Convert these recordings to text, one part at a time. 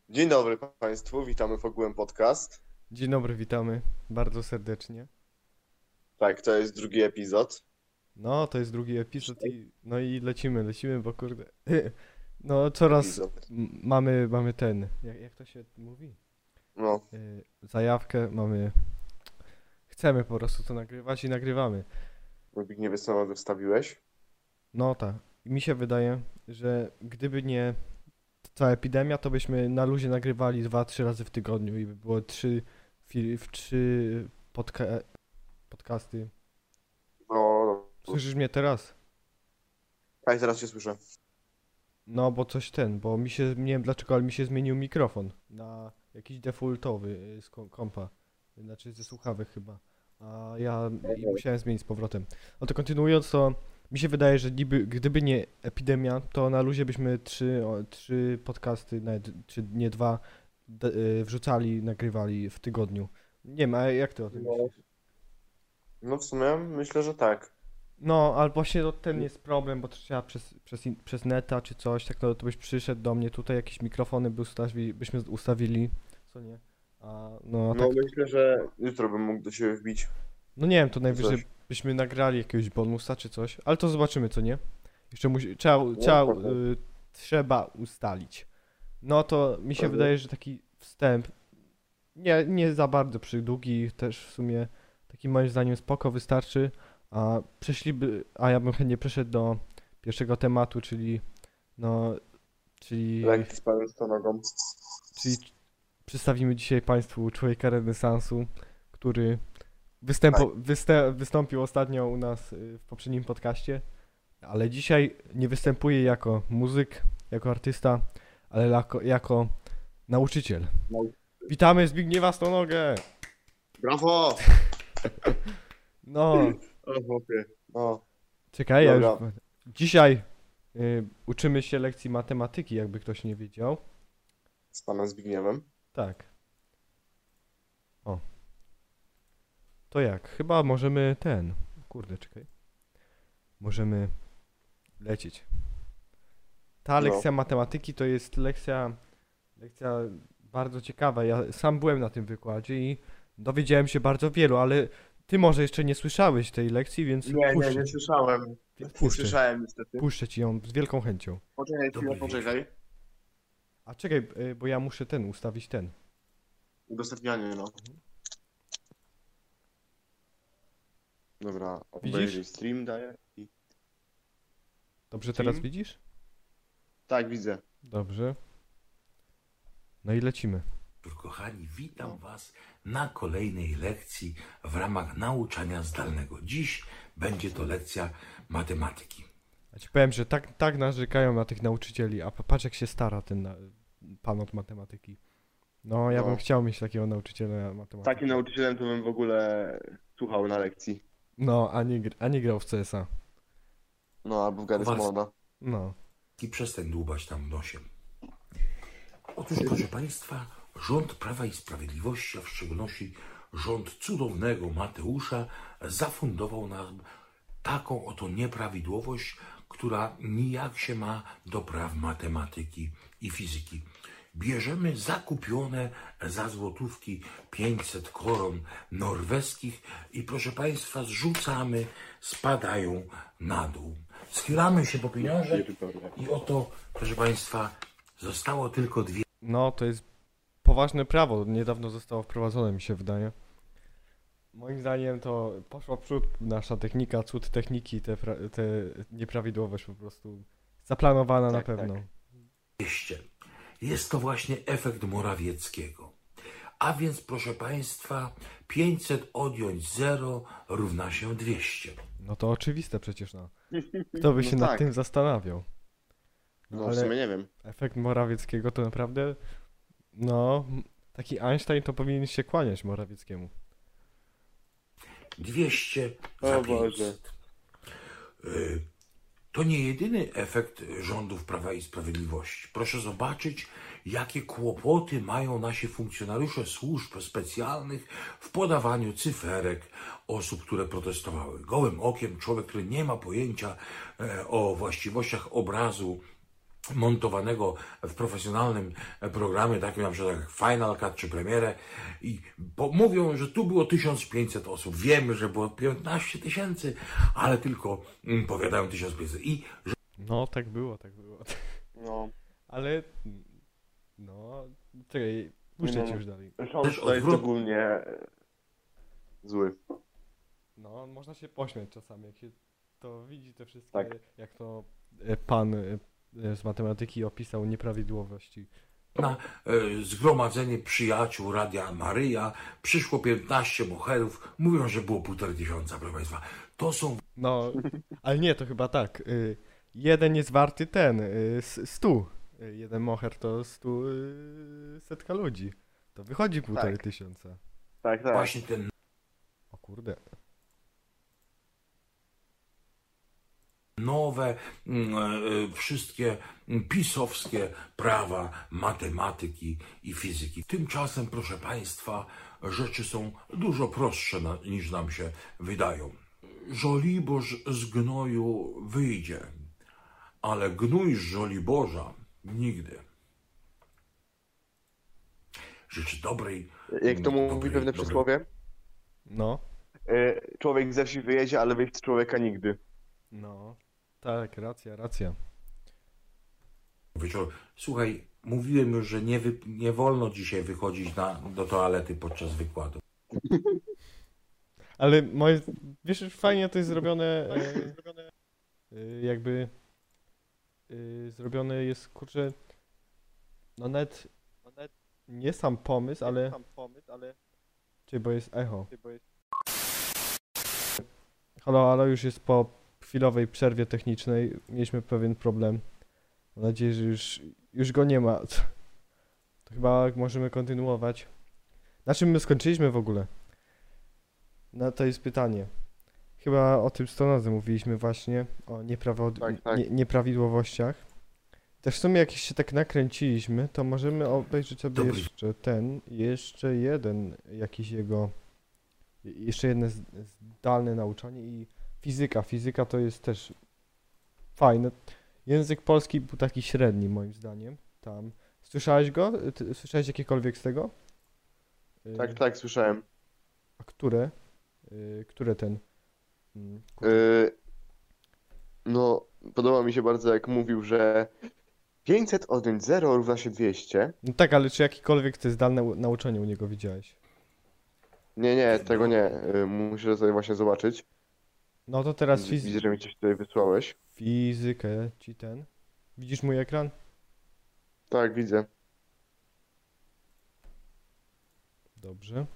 Dzień dobry Państwu, witamy w Ogółem Podcast. Dzień dobry, witamy bardzo serdecznie. Tak, to jest drugi epizod. No, to jest drugi epizod i lecimy, bo kurde. No, coraz Epizod. mamy ten, jak to się mówi? No, Zajawkę, chcemy po prostu to nagrywać i nagrywamy. Zbigniewie, co nowego wstawiłeś? No tak. I mi się wydaje, że gdyby nie ta epidemia, to byśmy na luzie nagrywali 2-3 razy w tygodniu i by było trzy podcasty. No, no. Słyszysz mnie teraz? Tak, teraz cię słyszę. No, bo bo nie wiem dlaczego, ale mi się zmienił mikrofon na jakiś defaultowy z kompa, znaczy ze słuchawek chyba, a ja i musiałem zmienić z powrotem. No to kontynuując, to mi się wydaje, że gdyby nie epidemia, to na luzie byśmy trzy podcasty, nawet, czy nie dwa, wrzucali, nagrywali w tygodniu. Nie wiem, a jak ty o tym No, myślisz? no w sumie myślę, że tak. No, ale właśnie ten jest problem, bo to trzeba przez neta czy coś, tak to byś przyszedł do mnie tutaj, jakieś mikrofony byśmy ustawili, co nie? No, a No tak, myślę, że jutro bym mógł do siebie wbić no nie wiem, to najwyżej coś. byśmy nagrali jakiegoś bonusa czy coś, ale to zobaczymy, co nie? Jeszcze No, pewnie, trzeba ustalić. No to mi się pewnie. wydaje, że taki wstęp, nie za bardzo przydługi, też w sumie taki moim zdaniem spoko wystarczy, a ja bym chętnie przeszedł do pierwszego tematu, no, czyli, Lekki z pełną stonogą. czyli przedstawimy dzisiaj Państwu człowieka renesansu, który Tak. wystąpił ostatnio u nas w poprzednim podcaście, ale dzisiaj nie występuje jako muzyk, jako artysta, ale jako nauczyciel. No. Witamy Zbigniewa Stonogę! Brawo! No, O, chłopie. No, czekaj, ja już... dobra. Dzisiaj uczymy się lekcji matematyki, jakby ktoś nie wiedział. Z panem Zbigniewem. Tak. O, to jak? Chyba możemy Kurde, czekaj. Możemy lecieć. Ta No. lekcja matematyki to jest lekcja bardzo ciekawa. Ja sam byłem na tym wykładzie i dowiedziałem się bardzo wielu, ale ty może jeszcze nie słyszałeś tej lekcji, więc Nie słyszałem. Nie puszczę, słyszałem niestety. puszczę ci ją z wielką chęcią. Poczekaj chwilę, Dobry wieczór. poczekaj. A czekaj, bo ja muszę ustawić ten. Udostępnianie, no. Dobra, Widzisz? obejrzyj stream daję. Dobrze teraz Stream? widzisz? Tak, widzę. Dobrze. No i lecimy. Kochani, witam No. Was na kolejnej lekcji w ramach nauczania zdalnego. Dziś będzie to lekcja matematyki. Ja ci powiem, że tak narzekają na tych nauczycieli, a patrz jak się stara pan od matematyki. No, ja bym No. chciał mieć takiego nauczyciela matematyki. Takim nauczycielem to bym w ogóle słuchał na lekcji. No, a nie grał w CS-a. No, albo w Garry's Kowalski, Moda. No. przestań dłubać tam nosem. Otóż, proszę Państwa, rząd Prawa i Sprawiedliwości, a w szczególności rząd cudownego Mateusza, zafundował nam taką oto nieprawidłowość, która nijak się ma do praw matematyki i fizyki. Bierzemy zakupione za złotówki 500 koron norweskich i proszę Państwa zrzucamy, spadają na dół. Schylamy się po pieniążek i oto, proszę Państwa, zostało tylko dwie. No, to jest poważne prawo. Niedawno zostało wprowadzone, mi się wydaje. Moim zdaniem to poszła w przód nasza technika, cud techniki, te nieprawidłowość po prostu zaplanowana na Tak, pewno. tak. 200. Jest to właśnie efekt Morawieckiego. A więc, proszę Państwa, 500 odjąć 0 równa się 200. No to oczywiste przecież, no. Kto by No się nad tak. tym zastanawiał? No No, w ale sumie nie wiem. efekt Morawieckiego to naprawdę, no, taki Einstein to powinien się kłaniać Morawieckiemu. 200 O za Boże. 500. To nie jedyny efekt rządów Prawa i Sprawiedliwości. Proszę zobaczyć, jakie kłopoty mają nasi funkcjonariusze służb specjalnych w podawaniu cyferek osób, które protestowały. Gołym okiem człowiek, który nie ma pojęcia o właściwościach obrazu montowanego w profesjonalnym programie, takim na przykład jak Final Cut czy Premiere i mówią, że tu było 1500 osób. Wiemy, że było 15 000, ale tylko powiadają 1500 i No, tak było, tak było. No. Ale, no, czekaj, puszczę No. cię już dalej. Rząd Też to jest odwrot- ogólnie zły. No, można się pośmiać czasami, jak się to widzi te wszystkie, Tak. jak to pan z matematyki opisał nieprawidłowości. na zgromadzenie przyjaciół Radia Maryja przyszło 15 moherów. Mówią, że było 1500, proszę Państwa. To są No, ale nie, to chyba tak. Jeden jest warty 100. Jeden moher to 100 setka ludzi. To wychodzi 1500. Tak, tak. właśnie ten O kurde. nowe, wszystkie pisowskie prawa matematyki i fizyki. Tymczasem, proszę Państwa, rzeczy są dużo prostsze niż nam się wydają. Żoliborz z gnoju wyjdzie, ale gnój z Żoliborza nigdy. Rzeczy dobrej. Jak to mówi dobrej- pewne dobrej- przysłowie, No, człowiek ze wsi wyjedzie, ale wyjść z człowieka nigdy. no. Tak, racja, racja. Wieczór. Słuchaj, mówiłem już, że nie wolno dzisiaj wychodzić do toalety podczas wykładu. Ale moje, wiesz, fajnie to jest zrobione, jakby zrobione jest, kurczę, no nawet nie sam pomysł, ale czy bo jest echo. Halo, halo, już jest po chwilowej przerwie technicznej, mieliśmy pewien problem. Mam nadzieję, że już go nie ma. To chyba możemy kontynuować. Na czym my skończyliśmy w ogóle? No to jest pytanie. Chyba o tym 100 razy mówiliśmy właśnie, o Tak, tak. nieprawidłowościach. Też w sumie jak się tak nakręciliśmy, to możemy obejrzeć sobie Dobry. jeszcze jeden jakiś jego, jeszcze jedno zdalne nauczanie i fizyka. Fizyka to jest też fajne. Język polski był taki średni moim zdaniem. Tam. Słyszałeś go? Słyszałeś jakiekolwiek z tego? Tak, tak, słyszałem. A które? Które ten? No, podoba mi się bardzo, jak mówił, że 500 odjąć 0 równa się 200. No tak, ale czy jakikolwiek te zdalne nauczanie u niego widziałeś? Nie, nie, tego nie. Muszę sobie właśnie zobaczyć. No to teraz Widzę, że mi coś tutaj wysłałeś. fizykę ci ten. Widzisz mój ekran? Tak, widzę. Dobrze.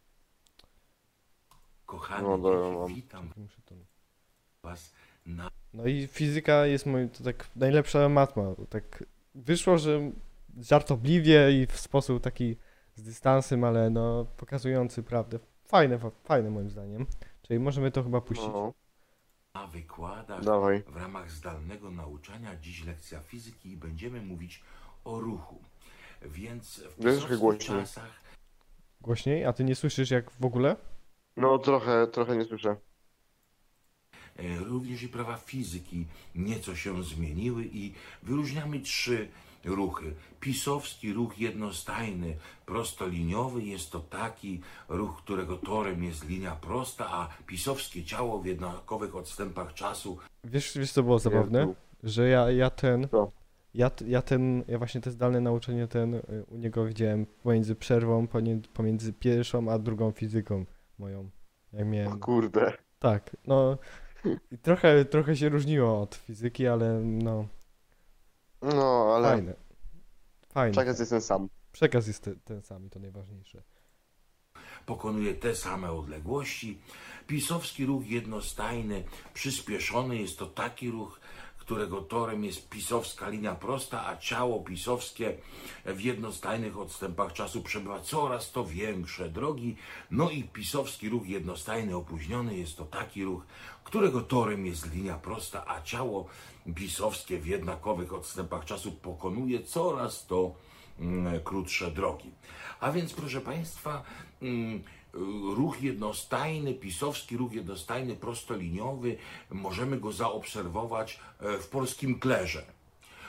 Kochani, No, dobra, dzieci, mam. witam Muszę to... Was na No i fizyka jest moim, to tak najlepsza matma. Tak wyszło, że żartobliwie i w sposób taki z dystansem, ale no pokazujący prawdę. Fajne moim zdaniem. Czyli możemy to chyba puścić. No, wykładach dawaj. w ramach zdalnego nauczania. Dziś lekcja fizyki i będziemy mówić o ruchu. Więc w Wiesz, pisowskich głośniej. czasach Głośniej? A ty nie słyszysz jak w ogóle? No, trochę nie słyszę. również i prawa fizyki nieco się zmieniły i wyróżniamy 3 ruchy. Pisowski ruch jednostajny, prostoliniowy jest to taki ruch, którego torem jest linia prosta, a pisowskie ciało w jednakowych odstępach czasu Wiesz co było zabawne? Jezu. Że ja ten... Co? Ja właśnie te zdalne nauczenie u niego widziałem pomiędzy przerwą, pomiędzy pierwszą a drugą fizyką moją. Jak O miałem. kurde. Tak, no i trochę się różniło od fizyki, ale no No, ale fajne. Fajne. przekaz jest ten sam. Przekaz jest ten sam i to najważniejsze. pokonuje te same odległości. Pisowski ruch jednostajny, przyspieszony jest to taki ruch, którego torem jest pisowska linia prosta, a ciało pisowskie w jednostajnych odstępach czasu przebywa coraz to większe drogi. No i pisowski ruch jednostajny opóźniony jest to taki ruch, którego torem jest linia prosta, a ciało pisowskie w jednakowych odstępach czasu pokonuje coraz to krótsze drogi. A więc, proszę Państwa, ruch jednostajny, pisowski ruch jednostajny, prostoliniowy, możemy go zaobserwować w polskim klerze.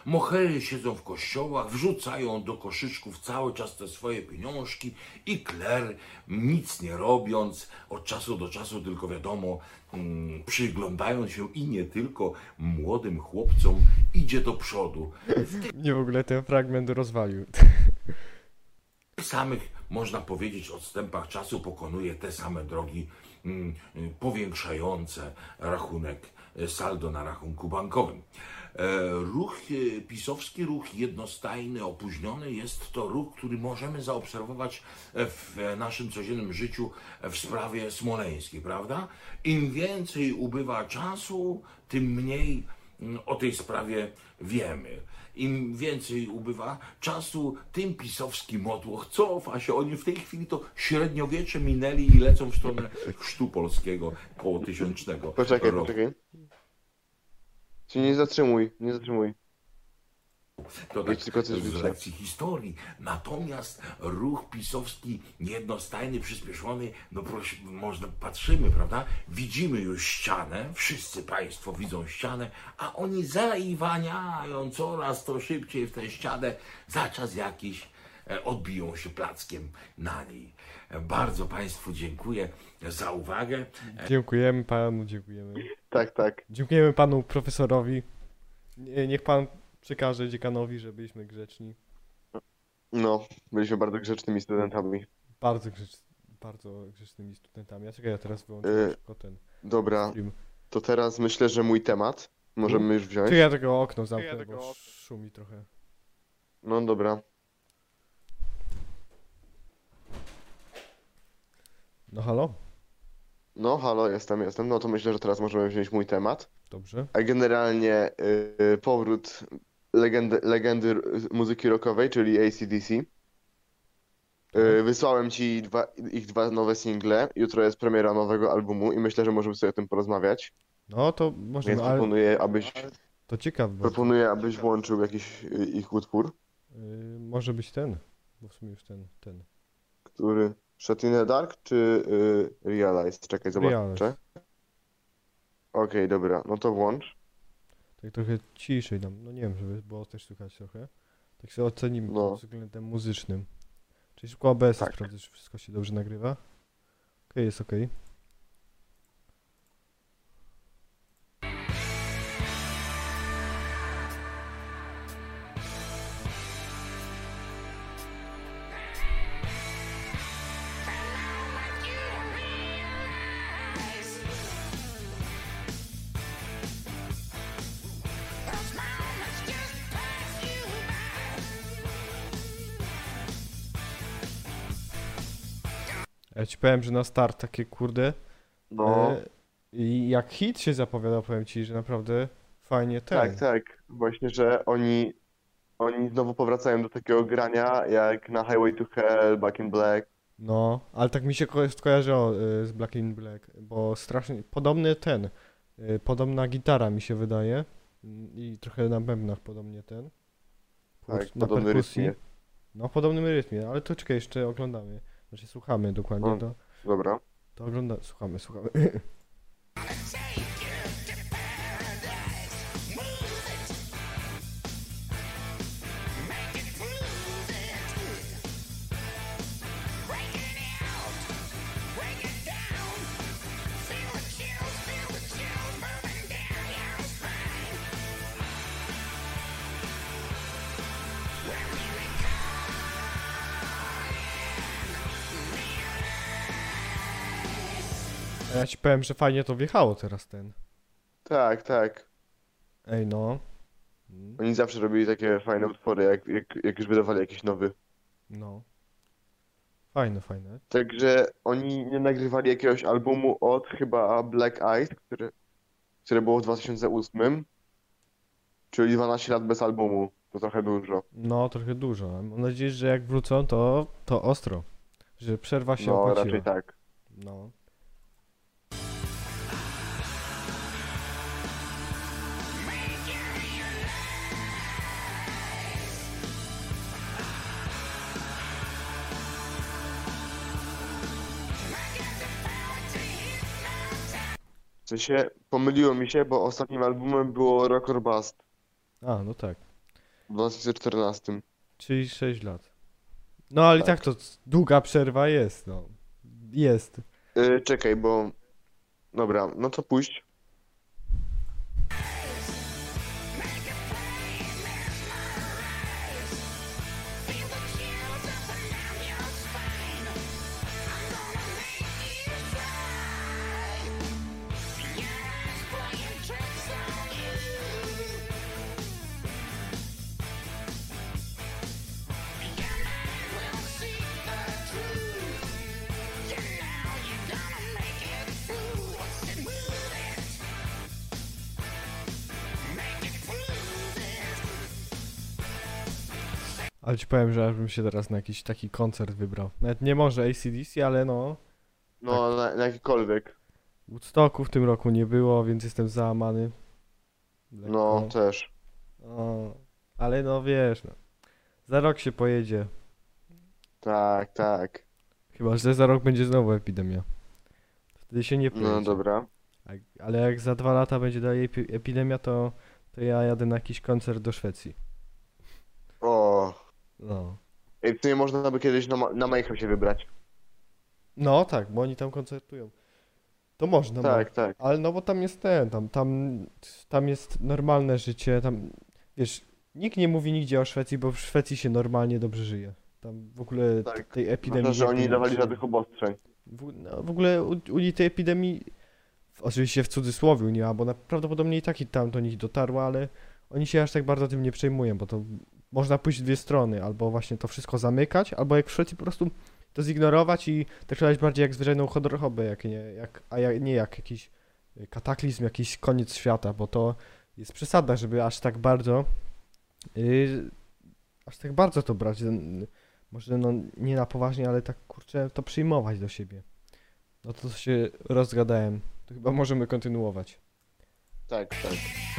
Mohery siedzą w kościołach, wrzucają do koszyczków cały czas te swoje pieniążki i kler, nic nie robiąc, od czasu do czasu tylko wiadomo, przyglądając się i nie tylko młodym chłopcom, idzie do przodu. Mnie w ogóle ten fragment rozwalił. W tych samych, można powiedzieć, odstępach czasu pokonuje te same drogi powiększające rachunek, saldo na rachunku bankowym. Ruch pisowski, ruch jednostajny, opóźniony, jest to ruch, który możemy zaobserwować w naszym codziennym życiu w sprawie smoleńskiej, prawda? Im więcej ubywa czasu, tym mniej o tej sprawie wiemy. Im więcej ubywa czasu, tym pisowski motłoch cofa się. Oni w tej chwili to średniowiecze minęli i lecą w stronę chrztu polskiego koło 1000 Poczekaj, roku. poczekaj. Się nie zatrzymuj, nie zatrzymuj. To tak Jedź tylko coś z wyślę. lekcji historii. Natomiast ruch pisowski jednostajny, przyspieszony, no proszę, można, patrzymy, prawda? Widzimy już ścianę, wszyscy Państwo widzą ścianę, a oni zaiwaniają coraz to szybciej w tę ścianę, za czas jakiś odbiją się plackiem na niej. Bardzo Państwu dziękuję za uwagę. Dziękujemy panu, dziękujemy. Tak, tak. Dziękujemy panu profesorowi. Niech pan przekaże dziekanowi, że byliśmy grzeczni. No, byliśmy bardzo grzecznymi studentami. Bardzo grzecznymi studentami. Ja teraz wyłączę tylko ten Dobra, stream. to teraz myślę, że mój temat możemy już wziąć. Czy ja tego okno zamknę, bo szumi trochę. No dobra. No halo? No, halo, jestem. No to myślę, że teraz możemy wziąć mój temat. Dobrze. A generalnie powrót legendy muzyki rockowej, czyli AC/DC. Wysłałem ci ich dwa nowe single. Jutro jest premiera nowego albumu i myślę, że możemy sobie o tym porozmawiać. No to Więc możemy, ale to ciekawe, bo proponuję, abyś włączył jakiś ich utwór, może być ten, bo w sumie już ten. który Shot in the Dark czy Realize? Czekaj, zobaczę. Realize. Okej, dobra, no to włącz. Tak trochę ciszej nam, no nie wiem, żeby było też słychać trochę. Tak sobie ocenimy No. pod względem muzycznym. Czyli szybko OBS Tak. sprawdzę, czy wszystko się dobrze nagrywa. Okej, jest okej. Ja ci powiem, że na start takie kurde. No, I jak hit się zapowiada, powiem ci, że naprawdę fajnie ten. tak. Właśnie, że oni znowu powracają do takiego grania jak na Highway to Hell, Back in Black. No, ale tak mi się skojarzyło z Black in Black, bo strasznie podobny podobna gitara mi się wydaje i trochę na bębnach podobnie ten. Tak, Na podobny perkusji. rytmie. No, w podobnym rytmie, ale to czekaj, jeszcze oglądamy. Znaczy słuchamy dokładnie, No. Dobra. to słuchamy. A ja ci powiem, że fajnie to wjechało teraz ten. Tak. Ej, no. Oni zawsze robili takie fajne utwory, jak już wydawali jakiś nowy. No. Fajne. Także oni nie nagrywali jakiegoś albumu od chyba Black Eyes, które było w 2008, czyli 12 lat bez albumu. To trochę dużo. No, trochę dużo. Mam nadzieję, że jak wrócą, to ostro. Że przerwa się No, opłaciła. raczej tak. No. W sensie pomyliło mi się, bo ostatnim albumem było Rock or Bust. A, no tak. W 2014. Czyli 6 lat. No ale i tak to długa przerwa jest, no. Jest. Czekaj, bo... Dobra, no to puść. Ale ci powiem, że aż bym się teraz na jakiś taki koncert wybrał. Nawet nie może AC/DC, ale no. No, na jakikolwiek. Woodstocku w tym roku nie było, więc jestem załamany. No, Lekko. też. O, ale no wiesz, no. Za rok się pojedzie. Tak, tak. Chyba, że za rok będzie znowu epidemia. Wtedy się nie pojedzie. No dobra. Ale jak za 2 lata będzie dalej epidemia, to ja jadę na jakiś koncert do Szwecji. O. No. Ej, w sumie można by kiedyś na Mayhem się wybrać. No tak, bo oni tam koncertują. To można, Tak, tak. ale no bo tam jest tam jest normalne życie, tam, wiesz, nikt nie mówi nigdzie o Szwecji, bo w Szwecji się normalnie dobrze żyje. Tam w ogóle Tak. tej epidemii Zwłaszcza, że oni nie dawali czy- żadnych obostrzeń. w ogóle u nich tej epidemii, oczywiście w cudzysłowie nie ma, bo prawdopodobnie i tak i tam do nich dotarła, ale oni się aż tak bardzo tym nie przejmują, bo to można pójść w dwie strony, albo właśnie to wszystko zamykać, albo jak w Szwecji po prostu to zignorować i traktować bardziej jak zwyczajną chorobę, nie jak jakiś kataklizm, jakiś koniec świata, bo to jest przesada, żeby aż tak bardzo to brać, może no nie na poważnie, ale tak kurczę to przyjmować do siebie. No to się rozgadałem, to chyba możemy kontynuować. Tak, tak.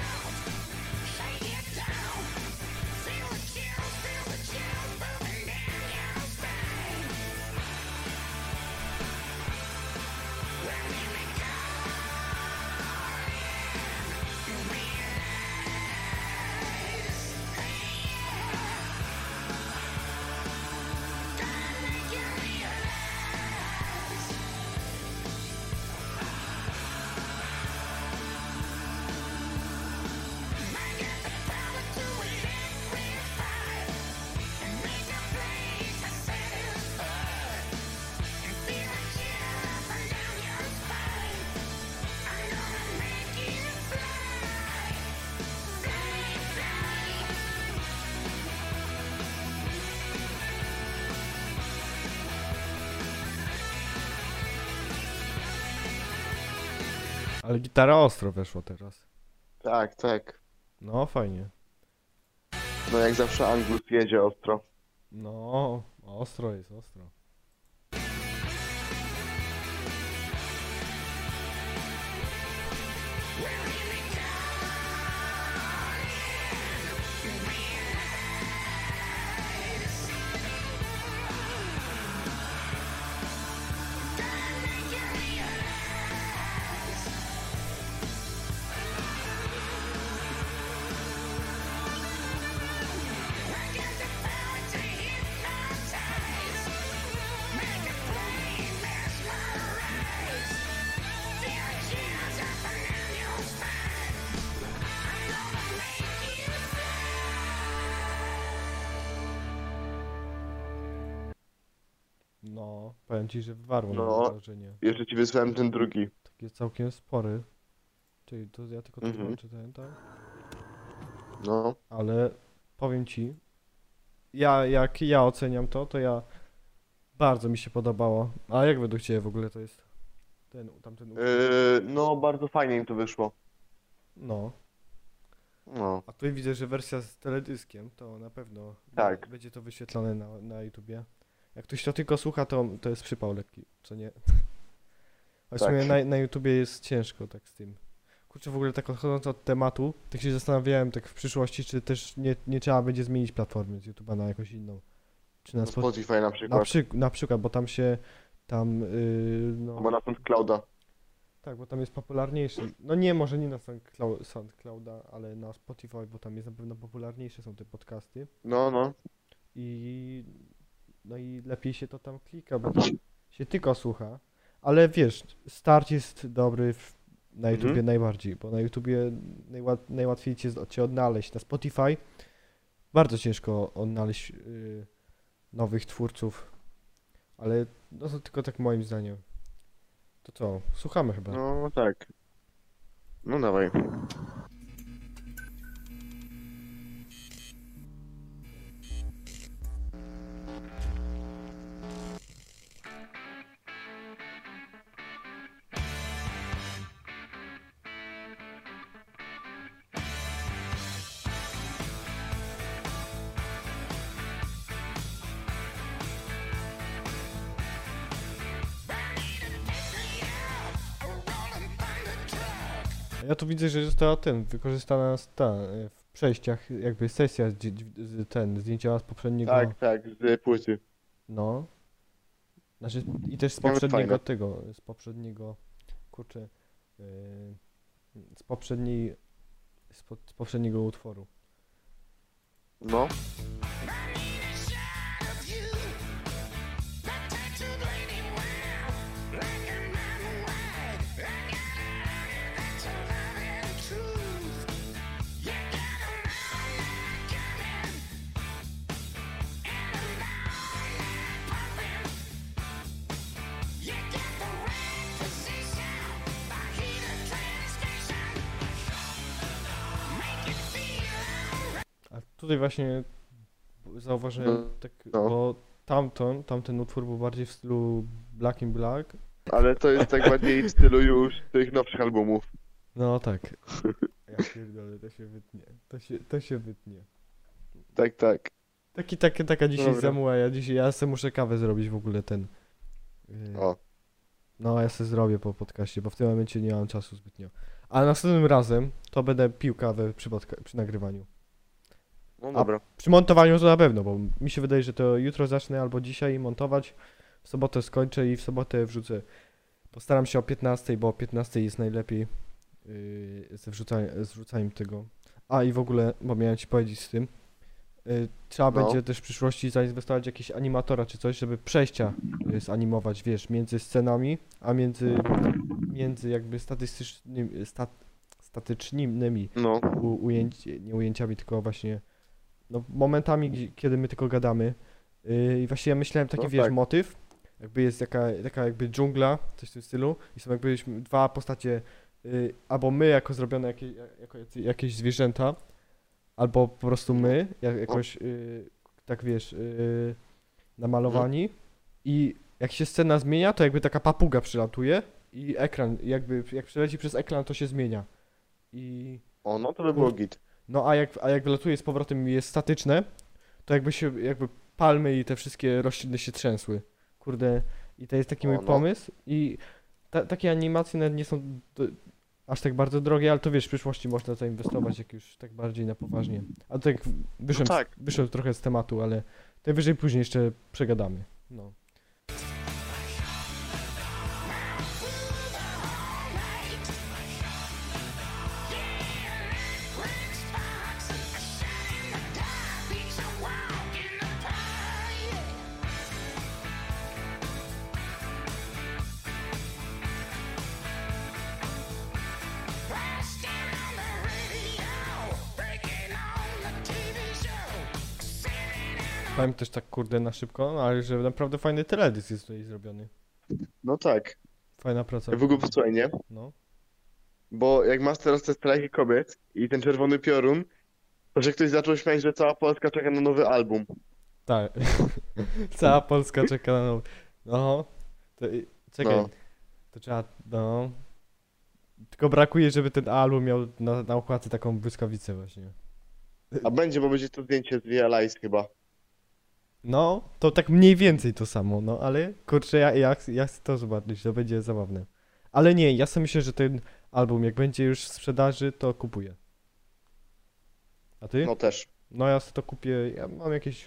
Ale gitara ostro weszła teraz. Tak, tak. No fajnie. No jak zawsze Angus jedzie ostro. No, ostro jest, ostro. No, powiem ci, że wywarło No. na wrażenie. Jeszcze ci wysłałem ten drugi. Takie całkiem spory. Czyli to ja tylko Mhm. tłumaczę ten, tak? No. Ale powiem ci, jak ja oceniam to ja bardzo mi się podobało. A jak według ciebie w ogóle to jest tamten utwór? No, bardzo fajnie im to wyszło. No. No. A tutaj widzę, że wersja z teledyskiem, to na pewno Tak. będzie to wyświetlone na YouTubie. Jak ktoś to tylko słucha, to jest przypał lekki, co nie? A w Tak. sumie na YouTubie jest ciężko tak z tym. Kurczę, w ogóle tak odchodząc od tematu, tak się zastanawiałem tak w przyszłości, czy też nie trzeba będzie zmienić platformy z YouTube'a na jakąś inną. Czy na Na Spotify na na, przykład. na przykład, bo tam Albo na SoundClouda. Tak, bo tam jest popularniejszy. No nie, może nie na SoundClouda, ale na Spotify, bo tam jest na pewno popularniejsze są te podcasty. No, no. I no i lepiej się to tam klika, bo tam się tylko słucha. Ale wiesz, start jest dobry na YouTubie Mhm. najbardziej, bo na YouTubie najłatwiej cię odnaleźć. Na Spotify bardzo ciężko odnaleźć nowych twórców, ale no to tylko tak moim zdaniem. To co, słuchamy chyba. No tak. No dawaj. Ja tu widzę, że została wykorzystana w przejściach, jakby sesja zdjęcia z poprzedniego, Tak, tak, z płyty. no, znaczy i też z Nawet poprzedniego fajne. z poprzedniego, kurczę, yy, z poprzedniej, z poprzedniego utworu. No. A tutaj właśnie zauważyłem, tak, No. bo tamten utwór był bardziej w stylu Black in Black. Ale to jest tak bardziej w stylu już tych nowszych albumów. No tak. Ja pierdolę, to się wytnie. To się wytnie. Tak, tak. Taka dzisiaj Dobra. zamuła, ja sobie muszę kawę zrobić w ogóle O. No, ja sobie zrobię po podcaście, bo w tym momencie nie mam czasu zbytnio. A następnym razem to będę pił kawę przy nagrywaniu. No dobra. Przy montowaniu to na pewno, bo mi się wydaje, że to jutro zacznę albo dzisiaj montować, w sobotę skończę i w sobotę wrzucę. Postaram się o 15, bo o 15 jest najlepiej ze wrzucaniem tego. A i w ogóle, bo miałem ci powiedzieć z tym, trzeba No. będzie też w przyszłości zainwestować w jakieś animatora czy coś, żeby przejścia zanimować, wiesz, między scenami, a między jakby statycznymi No. nie ujęciami, tylko właśnie no, momentami, kiedy my tylko gadamy. I właśnie ja myślałem taki, No wiesz, tak. motyw, jakby jest taka jakby dżungla, coś w tym stylu i są jakby dwa postacie, albo my jako zrobione jakieś zwierzęta, albo po prostu my, jakoś, tak wiesz, namalowani i jak się scena zmienia, to jakby taka papuga przylatuje i ekran, jakby jak przeleci przez ekran, to się zmienia. I O, no to by było git. no a jak wylatuje z powrotem i jest statyczne, to jakby palmy i te wszystkie rośliny się trzęsły. Kurde, i to jest taki O, mój no. pomysł i takie animacje nawet nie są aż tak bardzo drogie, ale to wiesz, w przyszłości można zainwestować jak już tak bardziej na poważnie. A to jak tak. wyszedł trochę z tematu, ale najwyżej później jeszcze przegadamy. No. Powiem też tak kurde na szybko, no, ale że naprawdę fajny teledysk jest tutaj zrobiony. No tak. Fajna praca. W ogóle posłuchaj, nie? No. Bo jak masz teraz te strajki kobiet i ten czerwony piorun, to że ktoś zaczął śmiać, że cała Polska czeka na nowy album. Tak. Cała Polska czeka na nowy. No. To, czekaj. No. To trzeba. No. Tylko brakuje, żeby ten album miał na okładce taką błyskawicę właśnie. A będzie, bo będzie to zdjęcie z Realize chyba. No, to tak mniej więcej to samo, no ale kurczę, ja chcę to zobaczyć, to będzie zabawne. Ale nie, ja sobie myślę, że ten album, jak będzie już w sprzedaży, to kupuję. A ty? No też. No ja sobie to kupię, ja mam jakieś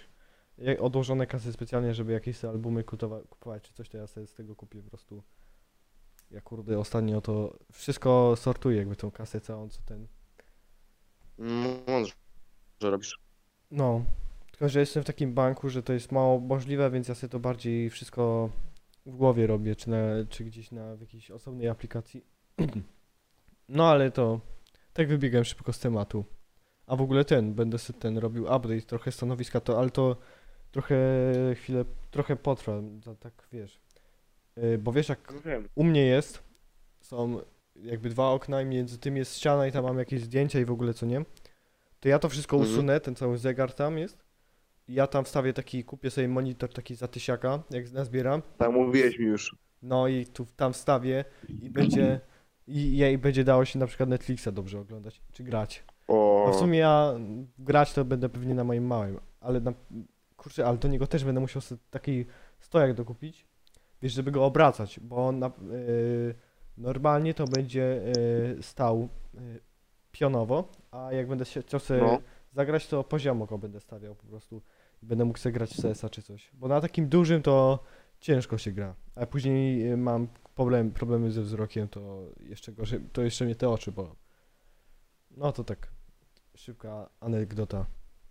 odłożone kasy specjalnie, żeby jakieś sobie albumy kupować czy coś, to ja sobie z tego kupię po prostu. Ja kurde ostatnio to wszystko sortuję, jakby tą kasę całą, co ten. Mądrze, że robisz. No, tylko że jestem w takim banku, że to jest mało możliwe, więc ja sobie to bardziej wszystko w głowie robię, czy gdzieś w jakiejś osobnej aplikacji. No ale to tak wybiegam szybko z tematu. A w ogóle będę sobie robił update, trochę stanowiska, ale to trochę potrwa, tak wiesz. Bo wiesz jak No wiem. u mnie są jakby dwa okna i między tym jest ściana i tam mam jakieś zdjęcia i w ogóle co nie, to ja to wszystko usunę, ten cały zegar tam jest. I ja tam kupię sobie monitor taki za tysiaka, jak nazbieram. Tak mówiłeś mi już. No i tam wstawię i będzie dało się na przykład Netflixa dobrze oglądać, czy grać. No w O, sumie ja grać to będę pewnie na moim małym, ale kurczę, ale do niego też będę musiał sobie taki stojak dokupić, wiesz, żeby go obracać, bo on normalnie to będzie stał pionowo, a jak będę chciał sobie no. zagrać, to poziomo go będę stawiał po prostu i będę mógł sobie grać w CS-a czy coś, bo na takim dużym to ciężko się gra, a później mam problemy ze wzrokiem, to jeszcze gorzej, to jeszcze mnie te oczy bolą. No to tak, szybka anegdota.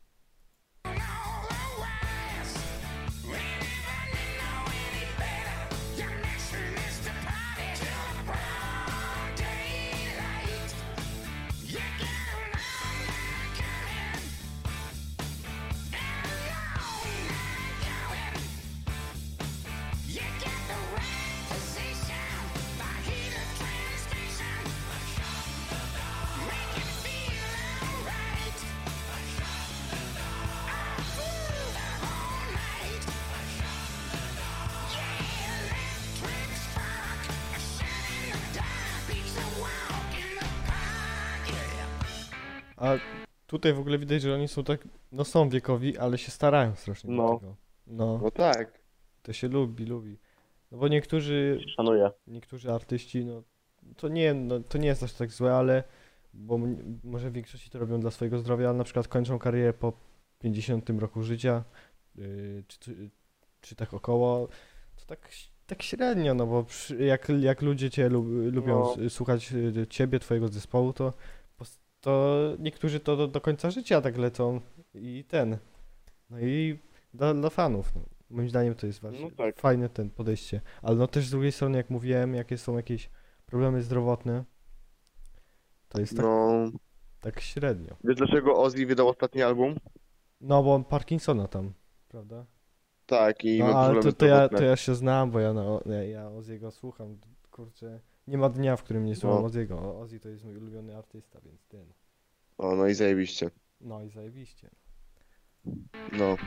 A tutaj w ogóle widać, że oni są tak, no są wiekowi, ale się starają strasznie do No. tego. No, No tak. to się lubi. No bo Szanuję. niektórzy artyści, no to nie jest aż tak złe, ale bo może w większości to robią dla swojego zdrowia, ale na przykład kończą karierę po 50 roku życia, czy tak około, to tak średnio, no bo jak ludzie cię lubią No. słuchać ciebie, twojego zespołu, to niektórzy to do końca życia tak lecą i no i dla fanów, no. Moim zdaniem to jest właśnie No tak. fajne podejście, ale no też z drugiej strony, jak mówiłem, jakie są jakieś problemy zdrowotne, to jest No. tak średnio. Wiesz dlaczego Ozzy wydał ostatni album? No bo Parkinsona tam, prawda? Tak, i No ma ale problemy to ja zdrowotne. się znam, bo ja Ozzy'ego słucham, kurczę, nie ma dnia, w którym nie słucham No. Ozzy'ego. Ozzy to jest mój ulubiony artysta, więc O, no i zajebiście. no i zajebiście. No.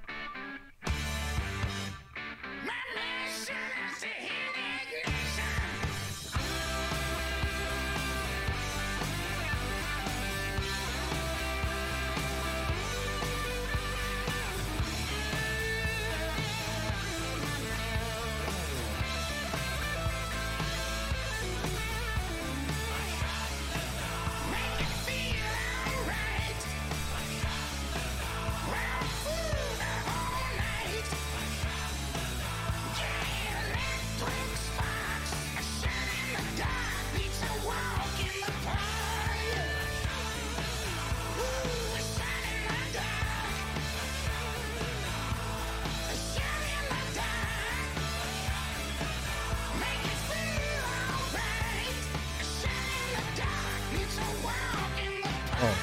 O,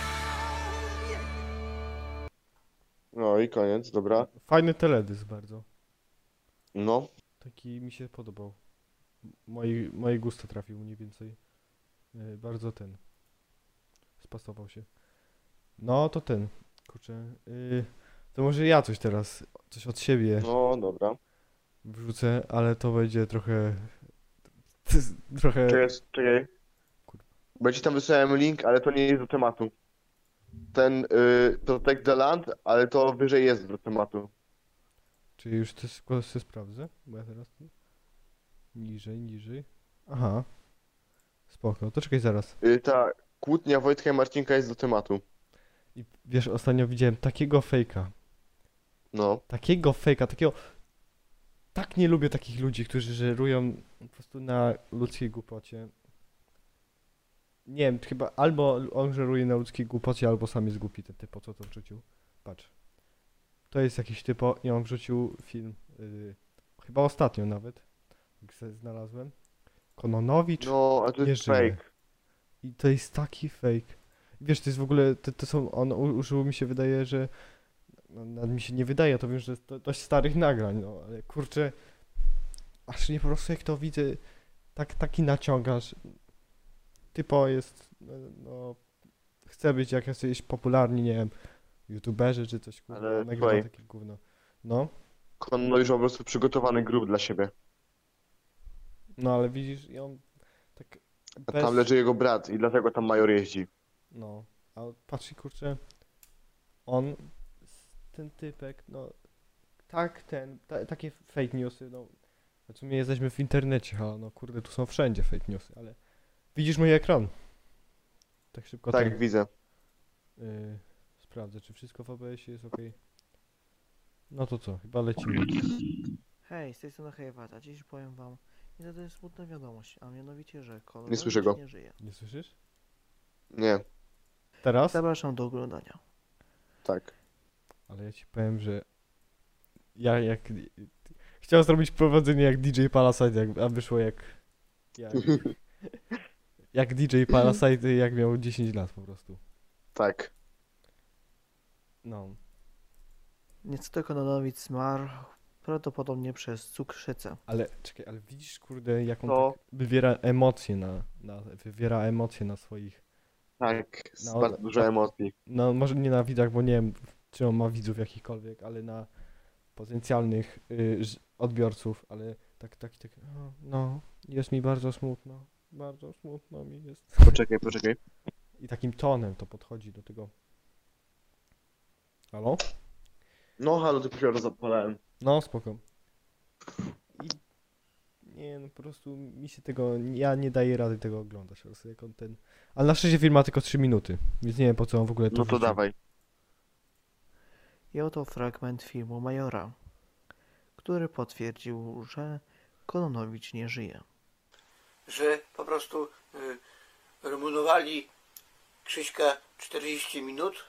No i koniec, dobra. fajny teledysk bardzo. No. Taki mi się podobał. Moje gusto trafił mniej więcej. Bardzo spasował się. No to kurczę. To może ja coś od siebie No, dobra. wrzucę, ale to będzie trochę. Czekaj. Kurwa. Bo ja ci tam wysłałem link, ale to nie jest do tematu. To Take the Land, ale to wyżej jest do tematu. Czyli już to sobie sprawdzę, bo ja teraz niżej. Aha. Spoko, to czekaj zaraz. Ta kłótnia Wojtka i Marcinka jest do tematu. I wiesz, ostatnio widziałem takiego fejka. No. Takiego tak nie lubię takich ludzi, którzy żerują po prostu na ludzkiej głupocie. Nie wiem, chyba albo on żeruje na ludzkiej głupocie, albo sam jest głupi ten typ, po co to wrzucił. Patrz. To jest jakiś typo i on wrzucił film, chyba ostatnio nawet, jak sobie znalazłem. Kononowicz No, a to nie jest żyje. fake. I to jest taki fake. Wiesz, to jest w ogóle, to są, on użył, mi się wydaje, że, no, mi się nie wydaje, to wiem, że to dość starych nagrań, no, ale kurczę, aż nie po prostu jak to widzę, taki naciągasz. Typo jest, no, chce być jak jesteś popularni, nie wiem, youtuberzy czy coś, kurwa, Ale nagrywa słuchaj. takie gówno. No, On już ma po prostu przygotowany grup dla siebie. no ale widzisz, i on tak A bez, tam leży jego brat i dlatego tam Major jeździ. no, a patrz, kurczę, on, ten typek, no, tak, takie fake newsy, no, w sumie jesteśmy w internecie, a no kurde, tu są wszędzie fake newsy, ale widzisz mój ekran? Tak szybko Tak, ten, widzę. sprawdzę, czy wszystko w OBS-ie jest ok. No to co, chyba lecimy. Hej, z tej strony Hejwata. Dziś powiem wam niestety smutną wiadomość, a mianowicie, że Nie słyszę go. nie żyje. Nie słyszysz? Nie, Teraz? Zapraszam do oglądania. tak. Ale ja ci powiem, że ja jak... Chciałem zrobić prowadzenie jak DJ Palasite, a wyszło jak, jak DJ Palasite, jak miał 10 lat po prostu. Tak. No. Niestety Kononowicz zmarł prawdopodobnie przez cukrzycę. Ale czekaj, ale widzisz, kurde, jak on To- tak wywiera emocje wywiera emocje na swoich... Tak, z No, bardzo dużo tak. emocji. No może nie na widzach, bo nie wiem, czy on ma widzów jakichkolwiek, ale na potencjalnych odbiorców, ale tak, o, no, jest mi bardzo smutno mi jest. Poczekaj. I takim tonem to podchodzi do tego. Halo? No, halo, ty dopiero zapalałem. No, spoko. I nie, no po prostu mi się tego, ja nie daję rady tego oglądać, po prostu jak on ten... Ale na szczęście film ma tylko 3 minuty, więc nie wiem po co on w ogóle to No to wrzucił. dawaj. I oto fragment filmu Majora, który potwierdził, że Kononowicz nie żyje. Że po prostu remunowali Krzyśka 40 minut,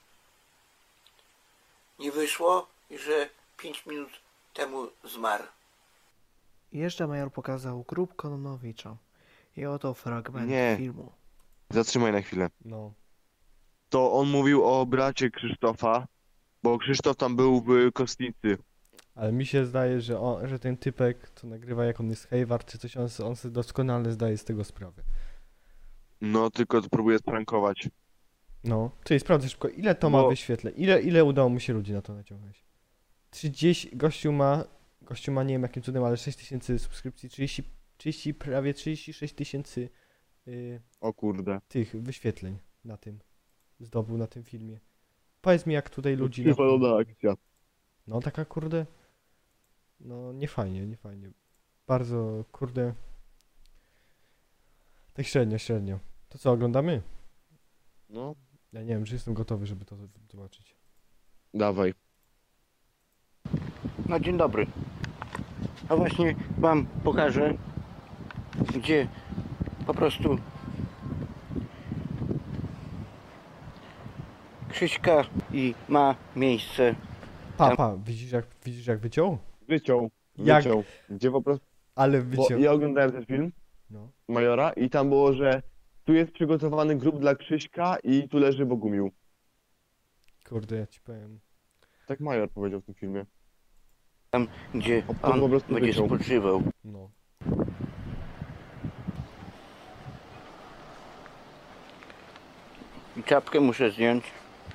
nie wyszło i że 5 minut temu zmarł. I jeszcze Major pokazał grób Kononowicza. I oto fragment Nie. filmu. Zatrzymaj na chwilę. No, To on mówił o bracie Krzysztofa, bo Krzysztof tam był w kostnicy. ale mi się zdaje, że ten typek, co nagrywa jak on jest Hayward czy coś, on sobie doskonale zdaje z tego sprawę. No, tylko to próbuje sprankować. No, czyli sprawdzę szybko, ile to ma Bo- wyświetleń, ile udało mu się ludzi na to naciągnąć. 30, gościu ma nie wiem jakim cudem, ale 6000 subskrypcji, prawie 36 tysięcy O kurde. tych wyświetleń na tym, zdobył na tym filmie. Powiedz mi jak tutaj ludzi... Przywalona akcja. No taka kurde, no nie fajnie. Bardzo kurde, tak średnio. To co, oglądamy? No, Ja nie wiem, czy jestem gotowy, żeby to zobaczyć. dawaj. No dzień dobry. A właśnie wam pokażę, gdzie po prostu Krzyśka i ma miejsce. Widzisz jak wyciął? Wyciął. Jak? Gdzie po prostu... Ale Bo wyciął. ja oglądałem ten film No. Majora i tam było, że tu jest przygotowany grób dla Krzyśka i tu leży Bogumił. Kurde, ja ci powiem. Tak Major powiedział w tym filmie. Tam, gdzie To po on prostu będzie wyciął. spoczywał. No. I czapkę muszę zdjąć.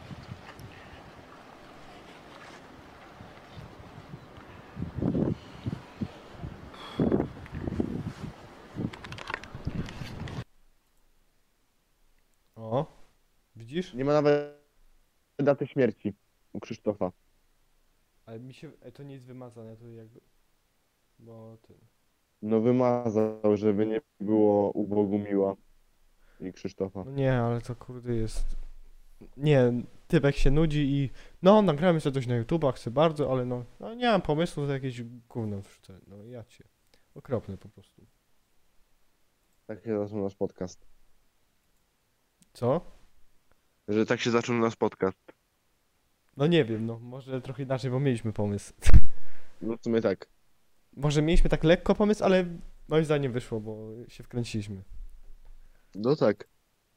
O, widzisz? Nie ma nawet daty śmierci u Krzysztofa. Ale mi się, to nie jest wymazane, to jakby, bo ten, No wymazał, żeby nie było u Bogumiła i Krzysztofa. no nie, ale to kurde jest, nie, typek się nudzi i no, nagramy sobie coś na YouTube'a, chcę bardzo, ale no nie mam pomysłu, to jakieś gówno wrzucę. No ja cię. Okropne po prostu. Tak się zaczął nasz podcast. Co? Że tak się zaczął nasz podcast. No nie wiem, no może trochę inaczej, bo mieliśmy pomysł. No w sumie tak. Może mieliśmy tak lekko pomysł, ale moim zdaniem wyszło, bo się wkręciliśmy. No tak.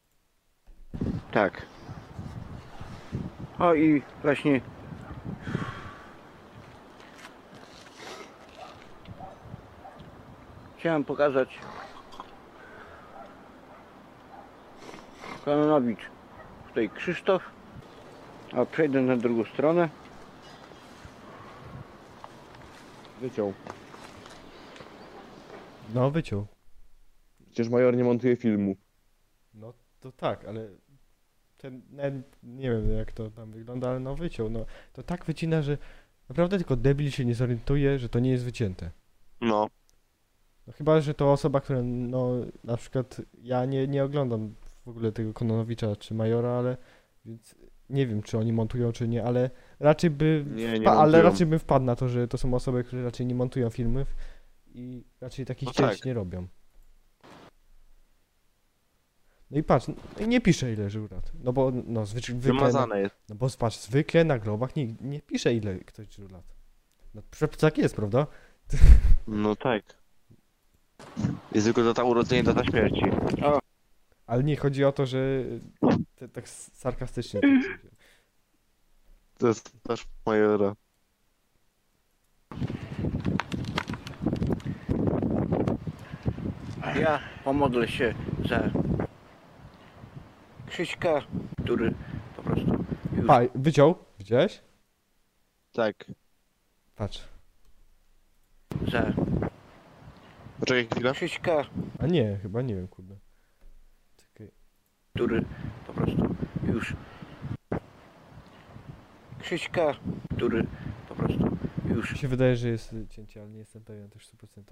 Tak. O i właśnie chciałem pokazać Kononowicz, tutaj Krzysztof, a przejdę na drugą stronę. Wyciął. No, wyciął. Przecież major nie montuje filmu. No to tak, ale ten, nie wiem jak to tam wygląda, ale no wyciął, no to tak wycina, że naprawdę tylko debil się nie zorientuje, że to nie jest wycięte. No. No chyba, że to osoba, która, no na przykład ja nie oglądam w ogóle tego Kononowicza czy Majora, ale więc nie wiem czy oni montują czy nie, ale raczej by Nie ale montują. raczej bym wpadł na to, że to są osoby, które raczej nie montują filmów i raczej takich No cięć tak. nie robią. No i patrz, nie pisze ile żył lat. No bo no zwykle Wymazane jest. no bo patrz, zwykle na grobach nie pisze ile ktoś żył lat. No tak jest, prawda? No tak. Jest tylko data urodzenia i data śmierci. Ale nie chodzi o to, że tak sarkastycznie. Tak się- To jest też majora. Ja pomodlę się za Krzyśka, który po prostu już Wyciął? Widziałeś? Tak. Patrz. za Poczekaj chwilę. Krzyśka, A nie, chyba nie wiem, kurde. Czekaj. który po prostu już Krzyśka, który po prostu już Mi się wydaje, że jest cięcie, ale nie jestem pewien też w 100%.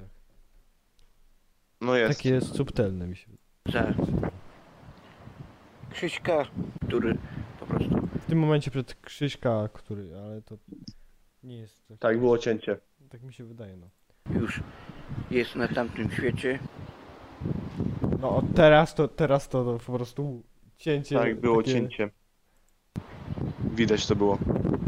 No jest. Takie jest subtelne mi się za wydaje. Krzyśka, który po prostu W tym momencie przed Krzyśka, ale to nie jest tak. Tak, było cięcie. Tak mi się wydaje, no. już jest na tamtym świecie. No teraz to po prostu cięcie. Tak, było takie... cięcie. Widać to było.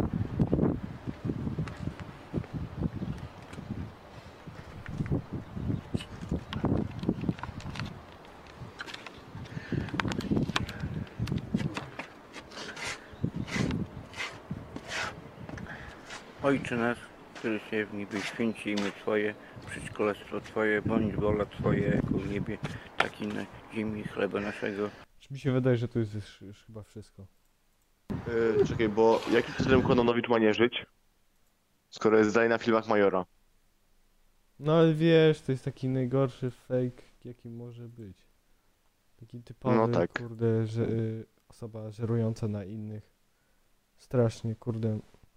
Ojcze nasz, który się w niebie święci imię Twoje, przyjdź królestwo Twoje, bądź wola Twoja jako w niebie, tak i na ziemi chleba naszego. Mi się wydaje, że to jest już chyba wszystko. Czekaj, bo jakim cudem Kononowicz ma nie żyć? Skoro jest dalej na filmach majora. No ale wiesz, to jest taki najgorszy fake, jaki może być. Taki typowy, No tak. kurde, że osoba żerująca na innych. Strasznie, kurde.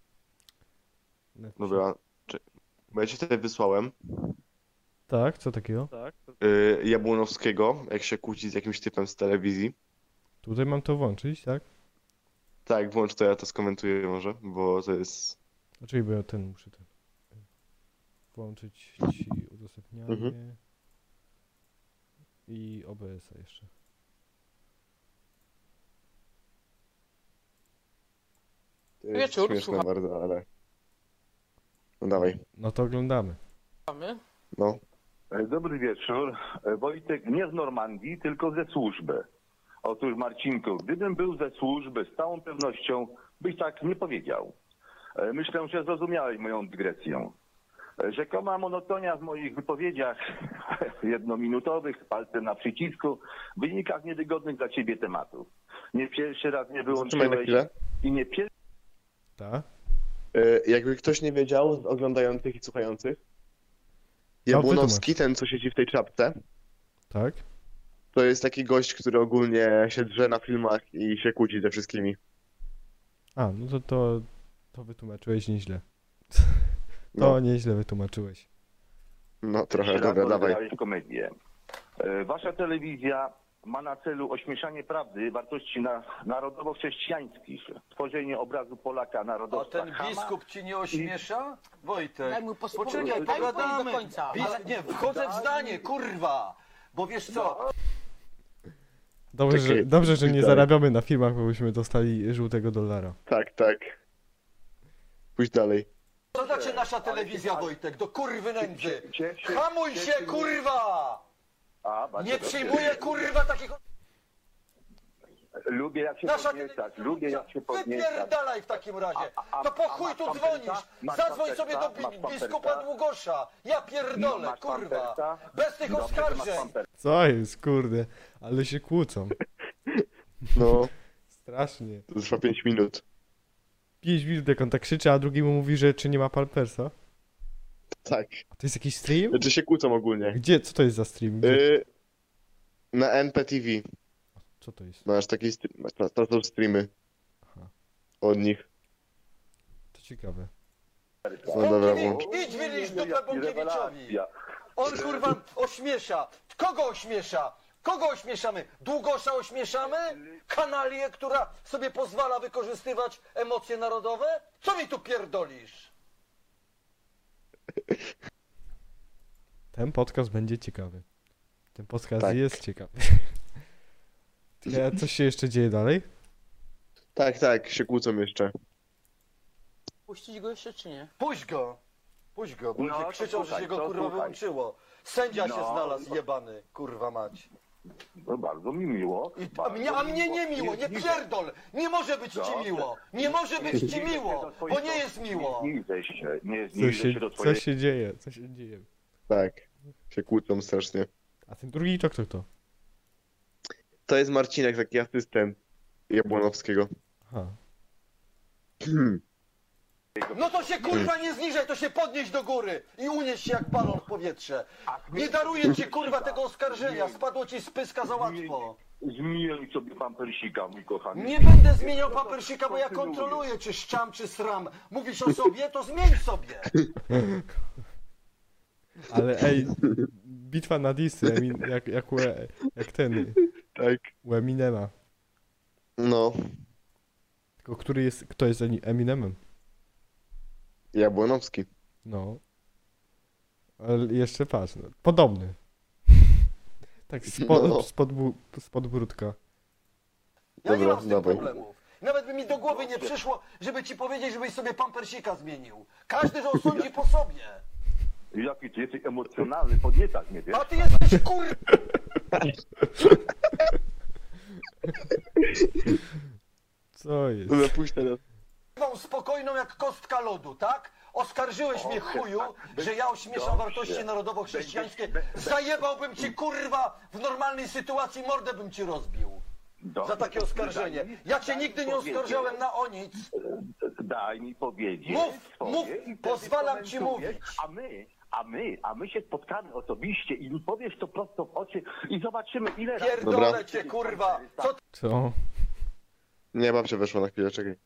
Dobra. Bo ja ci tutaj wysłałem Tak, co takiego? Jabłonowskiego, jak się kłóci z jakimś typem z telewizji. Tutaj mam to włączyć, tak? Tak, włącz to, ja to skomentuję może, bo to jest... Znaczy, bo ja muszę włączyć ci udostępnianie i OBS-a jeszcze. To jest Wieczór, śmieszne słucham. bardzo, ale... No dawaj. No to oglądamy. Mamy? No. Dobry wieczór. Wojtek nie z Normandii, tylko ze służby. Otóż Marcinku, gdybym był ze służby, z całą pewnością byś tak nie powiedział. Myślę, że zrozumiałeś moją dygresję. Rzekoma monotonia w moich wypowiedziach jednominutowych z palcem na przycisku wynika z niewygodnych dla ciebie tematów. Nie pierwszy raz nie Zatrzymaj na wyłączyłeś chwilę. i nie pierwszy Tak? Jakby ktoś nie wiedział z oglądających i słuchających, No, Jabłonowski, ten co siedzi w tej czapce, Tak? to jest taki gość, który ogólnie się drze na filmach i się kłóci ze wszystkimi. A, no to wytłumaczyłeś nieźle. No. To nieźle wytłumaczyłeś. No trochę, raz dobra, dawaj. odegrałeś komedię. Wasza telewizja ma na celu ośmieszanie prawdy, wartości narodowo-chrześcijańskich, tworzenie obrazu Polaka A narodowca ten chama. biskup ci nie ośmiesza? Wojtek, Daj mu poczekaj, daj mu pogadamy. do końca. Nie, wchodzę w zdanie, kurwa. Bo wiesz co, Dobrze, że nie Dalej. zarabiamy na filmach, bo byśmy dostali żółtego dolara. Tak, tak. Pójdź dalej. co znaczy nasza telewizja, Wojtek? Do kurwy nędzy. Cieszy- Hamuj się, cieszy- kurwa! A, bardzo Nie dobrze. przyjmuję, kurwa, takiego... Lubię jak się Nasza podniecać, lubię jak się podniecać. Wypierdalaj w takim razie. To po chuj masz tu pampersa? dzwonisz. Masz Zadzwoń pampersa? sobie do Masz pampersa? biskupa Długosza. Ja pierdolę, Masz kurwa. pampersa? Bez tych Dobrze, że masz oskarżeń. pampersa. Co jest, kurde? Ale się kłócą. No, Strasznie. to trwa 5 minut. 5 minut jak on tak krzyczy, a drugi mu mówi, że czy nie ma pampersa. Tak. A to jest jakiś stream? Znaczy się kłócą ogólnie. Gdzie? Co to jest za stream? Gdzie? Na NPTV. Co to jest? Masz taki stream, to są streamy Aha. od nich. To ciekawe. No dobra, włącz. Idź wylisz dupę Jaki Bąkiewiczowi. rewelacja. On kurwa ośmiesza. Kogo ośmiesza? Kogo ośmieszamy? Długosza ośmieszamy? Kanalię, która sobie pozwala wykorzystywać emocje narodowe? Co mi tu pierdolisz? Ten podcast będzie ciekawy. Ten podcast Tak. jest ciekawy. Coś się jeszcze dzieje dalej? Tak, tak, się kłócą jeszcze. Puścić go jeszcze czy nie? Puść go, bo No, się to krzyczał, że słuchaj, się go to kurwa słuchaj. wyłączyło. Sędzia się No. znalazł, jebany, kurwa mać. No bardzo mi miło. A mnie nie miło, nie pierdol! Nie może być ci Dobrze. miło! Nie może być ci miło! Bo nie jest miło! Nie zniżę się, nie Co zniżę się do się, twojej... co się dzieje? Co się dzieje? Tak. Się kłócą strasznie. A ten drugi to kto to? To jest Marcinek, taki asystent Jabłonowskiego. Aha. No to się kurwa nie zniżaj, to się podnieś do góry i unieś się jak balon w powietrze. Nie daruję ci kurwa tego oskarżenia, spadło ci z pyska za łatwo. Zmień sobie pampersika, mój kochany. Nie będę zmieniał papersika, bo ja kontroluję, czy szczam, czy sram. Mówisz o sobie, to zmień sobie. Ale ej, bitwa na disy, jak ten, Tak. u Eminema. No. Tylko kto jest Eminemem? Jabłonowski. No. Ale jeszcze patrz, no, podobny. Tak No. z podbródka. Ja nie Dobra, mam z tym dawaj. problemów. Nawet by mi do głowy nie przyszło, żeby ci powiedzieć, żebyś sobie pampersika zmienił. Każdy to osądzi po sobie. Jaki ty jesteś emocjonalny, podniecasz mnie, wiesz? A ty jesteś kur... Co jest? Dobra, pójdź teraz. spokojną jak kostka lodu, tak? Oskarżyłeś mnie chuju, że ja ośmieszam wartości narodowo-chrześcijańskie. Zajebałbym ci kurwa w normalnej sytuacji, mordę bym ci rozbił. Za takie oskarżenie. Ja cię nigdy nie oskarżałem na o nic. Daj mi powiedzieć. Mów, swoje mów, i wtedy pozwalam ci komentujesz. mówić. A my się spotkamy osobiście i mi powiesz to prosto w oczy i zobaczymy ile razy... Pierdolę Dobra. cię kurwa. Co Co? Nie, babcia weszła na chwilę, czekaj.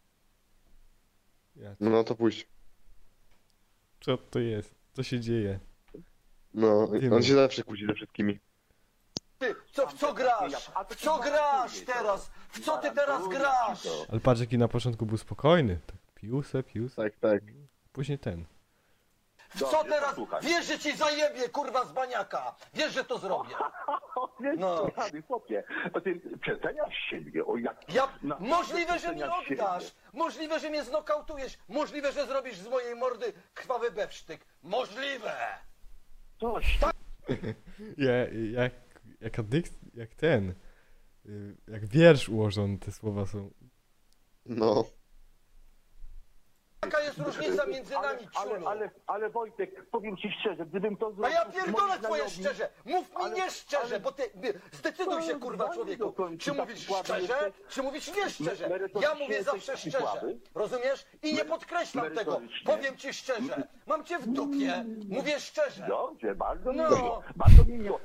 No to pójdź. Co to jest? Co się dzieje? No, Wiemy. on się zawsze kłóci ze wszystkimi. ty, w co grasz? W co grasz teraz? W co ty teraz grasz? Ale patrz jaki na początku był spokojny. Tak, pius. Tak, tak. Później ten. W co teraz? Wiesz, że ci zajebie kurwa z baniaka. Wiesz, że to zrobię. No. Chłopie, ty przeceniasz siebie. O jak... Ja, na- możliwe, że mnie przeceniasz siebie. oddasz. Możliwe, że mnie znokautujesz. Możliwe, że zrobisz z mojej mordy krwawy bewsztyk. Możliwe. Coś Jak ten. Jak wiersz ułożony te słowa są. No. Jaka jest różnica między nami, ciulu? Ale Wojtek, powiem ci szczerze, gdybym to zrobił... A ja pierdolę moi twoje znajomi- szczerze! Mów mi Ale- nie szczerze, ale- bo ty... Zdecyduj się kurwa Daj mi człowieku, dokończyć, czy tak mówisz słaby szczerze, jesteś. czy mówisz nieszczerze. Merytorycznie Ja mówię jesteś zawsze taki szczerze, słaby. rozumiesz? I nie podkreślam tego, Merytorycznie. powiem ci szczerze. Mam cię w dupie, mówię szczerze. Dobrze, bardzo mi No. miło. Bardzo mi miło.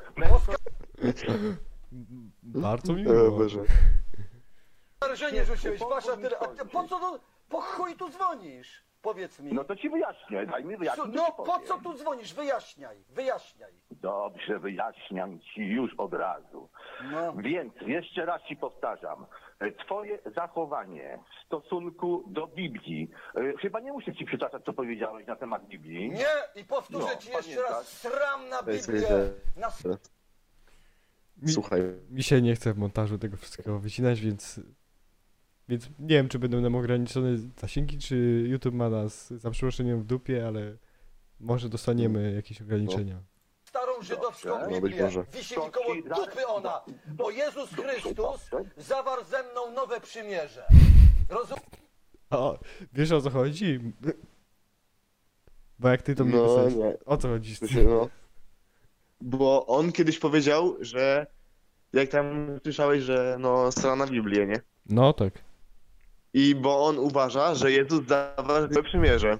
Bardzo mi O miło. Boże. Oskarżenie rzuciłeś, wasza tyle. A ty po co tu, po chuj tu dzwonisz? Powiedz mi. No to ci wyjaśnię, daj mi wyjaśnić. No po co tu dzwonisz? Wyjaśniaj. Dobrze, wyjaśniam ci już od razu. No. Więc jeszcze raz ci powtarzam. Twoje zachowanie w stosunku do Biblii. Chyba nie muszę ci przytaczać, co powiedziałeś na temat Biblii. Nie! I powtórzę No, ci jeszcze pamiętasz? raz, sram na To jest Biblię! że- Na... Słuchaj, Mi się nie chce w montażu tego wszystkiego wycinać, więc nie wiem, czy będą nam ograniczone zasięgi, czy YouTube ma nas za przeproszeniem w dupie, ale może dostaniemy jakieś ograniczenia. starą żydowską Dobrze. No być Biblię. może. Wisi mi koło dupy ona, bo Jezus Chrystus zawarł ze mną nowe przymierze. Rozumiesz? O, wiesz o co chodzi? Bo jak ty to mi no wysłałeś, nie. o co chodzi z tym? No. Bo on kiedyś powiedział, że jak tam słyszałeś, że no strona na Biblię, nie? No tak. I bo on uważa, że Jezus zawarł złe przymierze.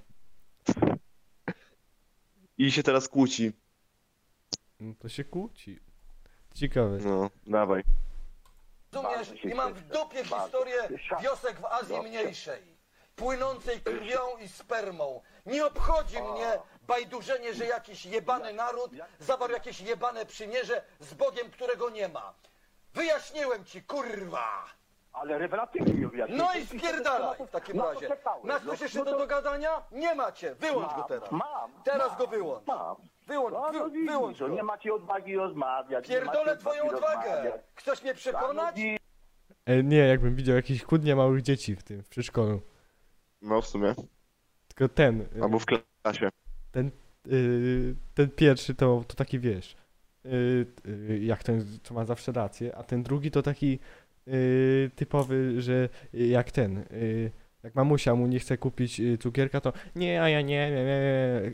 I się teraz kłóci. No to się kłóci. Ciekawe. No, dawaj. I mam w dupie historię wiosek w Azji Mniejszej, płynącej krwią i spermą. Nie obchodzi mnie bajdurzenie, że jakiś jebany naród zawarł jakieś jebane przymierze z Bogiem, którego nie ma. Wyjaśniłem ci, kurwa! Ale rewelacyjnie mi wyjaśniłeś. No i spierdalaj w takim razie. Masz coś jeszcze do dogadania? Nie macie. Wyłącz go teraz. Teraz go wyłącz. Mam. Wyłącz, No, wyłącz widzisz, nie go. macie odwagi rozmawiać. nie macie Pierdolę twoją odwagi odwagę. rozmawiać. Chcesz mnie przekonać? Nie, jakbym widział jakieś kłótnie małych dzieci w tym, w przedszkolu. No w sumie. Tylko ten, Albo w klasie. ten pierwszy to taki wiesz, jak ten, co ma zawsze rację, a ten drugi to taki typowy, że jak ten, jak mamusia mu nie chce kupić cukierka, to nie, a ja nie.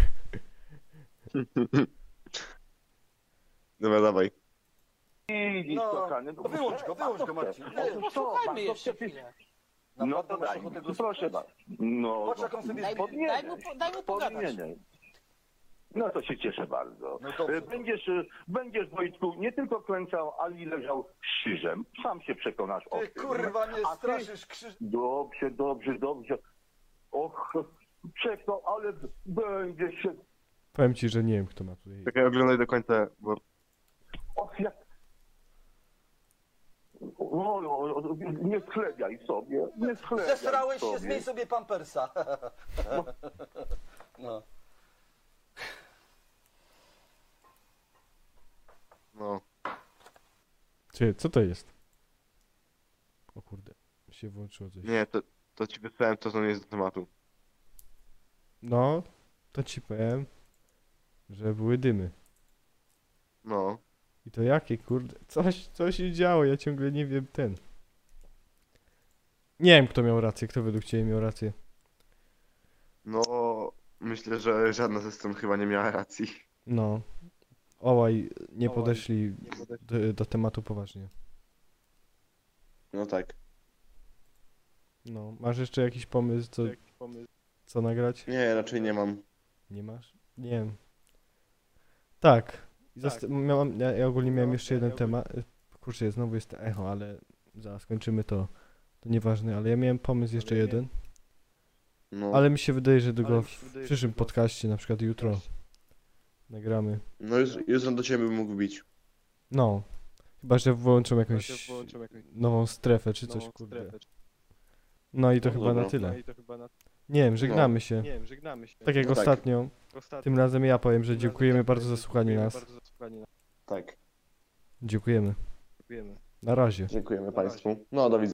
Dobra, dawaj. Widzisz, No, kochany, wyłącz go, Marcin. Posłuchajmy jeszcze chwilę. No Naprawdę to masz daj, ochotę go proszę słuchać? bardzo. No, Patrz, jak on sobie Daj, zbiera. daj mu pogadać. powinieneś. No to się cieszę bardzo. No dobrze. Będziesz Wojtku nie tylko klęczał, ale i leżał krzyżem. Sam się przekonasz o Ty tym. kurwa mnie A ty- straszysz krzyż... Dobrze. Och, przeknął, ale będzie się... Powiem ci, że nie wiem kto ma tutaj. Czekaj, oglądaj do końca, bo... Och, jak... Nie schlebiaj sobie, nie schlebiaj Zesrałeś się, sobie. zmień sobie pampersa. No. No. Czy, co to jest? O kurde, się włączyło coś. Nie, to ci wysłałem to, co nie jest do tematu. No, to ci powiem, że były dymy. No. I to jakie, kurde? Co się działo? Ja ciągle nie wiem ten. Nie wiem, kto miał rację, kto według ciebie miał rację. No, myślę, że żadna ze stron chyba nie miała racji. No. Ołaj, nie podeszli do tematu poważnie. No tak. No, masz jeszcze jakiś pomysł, co nagrać? Nie, raczej nie mam. Nie masz? Nie wiem. Tak. Ja ogólnie miałem jeszcze jeden temat. Kurczę, znowu jest echo, ale zaraz kończymy to. To nieważne, ale ja miałem pomysł jeszcze jeden. No. Ale mi się wydaje, że go w przyszłym podcaście, na przykład jutro, nagramy. No jutro do ciebie bym mógł bić. No. Chyba, że włączą jakąś nową strefę czy coś, kurde. No i to No chyba dobra. na tyle. Nie wiem, żegnamy się. Tak jak No tak. ostatnio. Tym razem ja powiem, że dziękujemy bardzo za słuchanie nas. Tak. Dziękujemy. Na razie. Dziękujemy Państwu. No, do widzenia.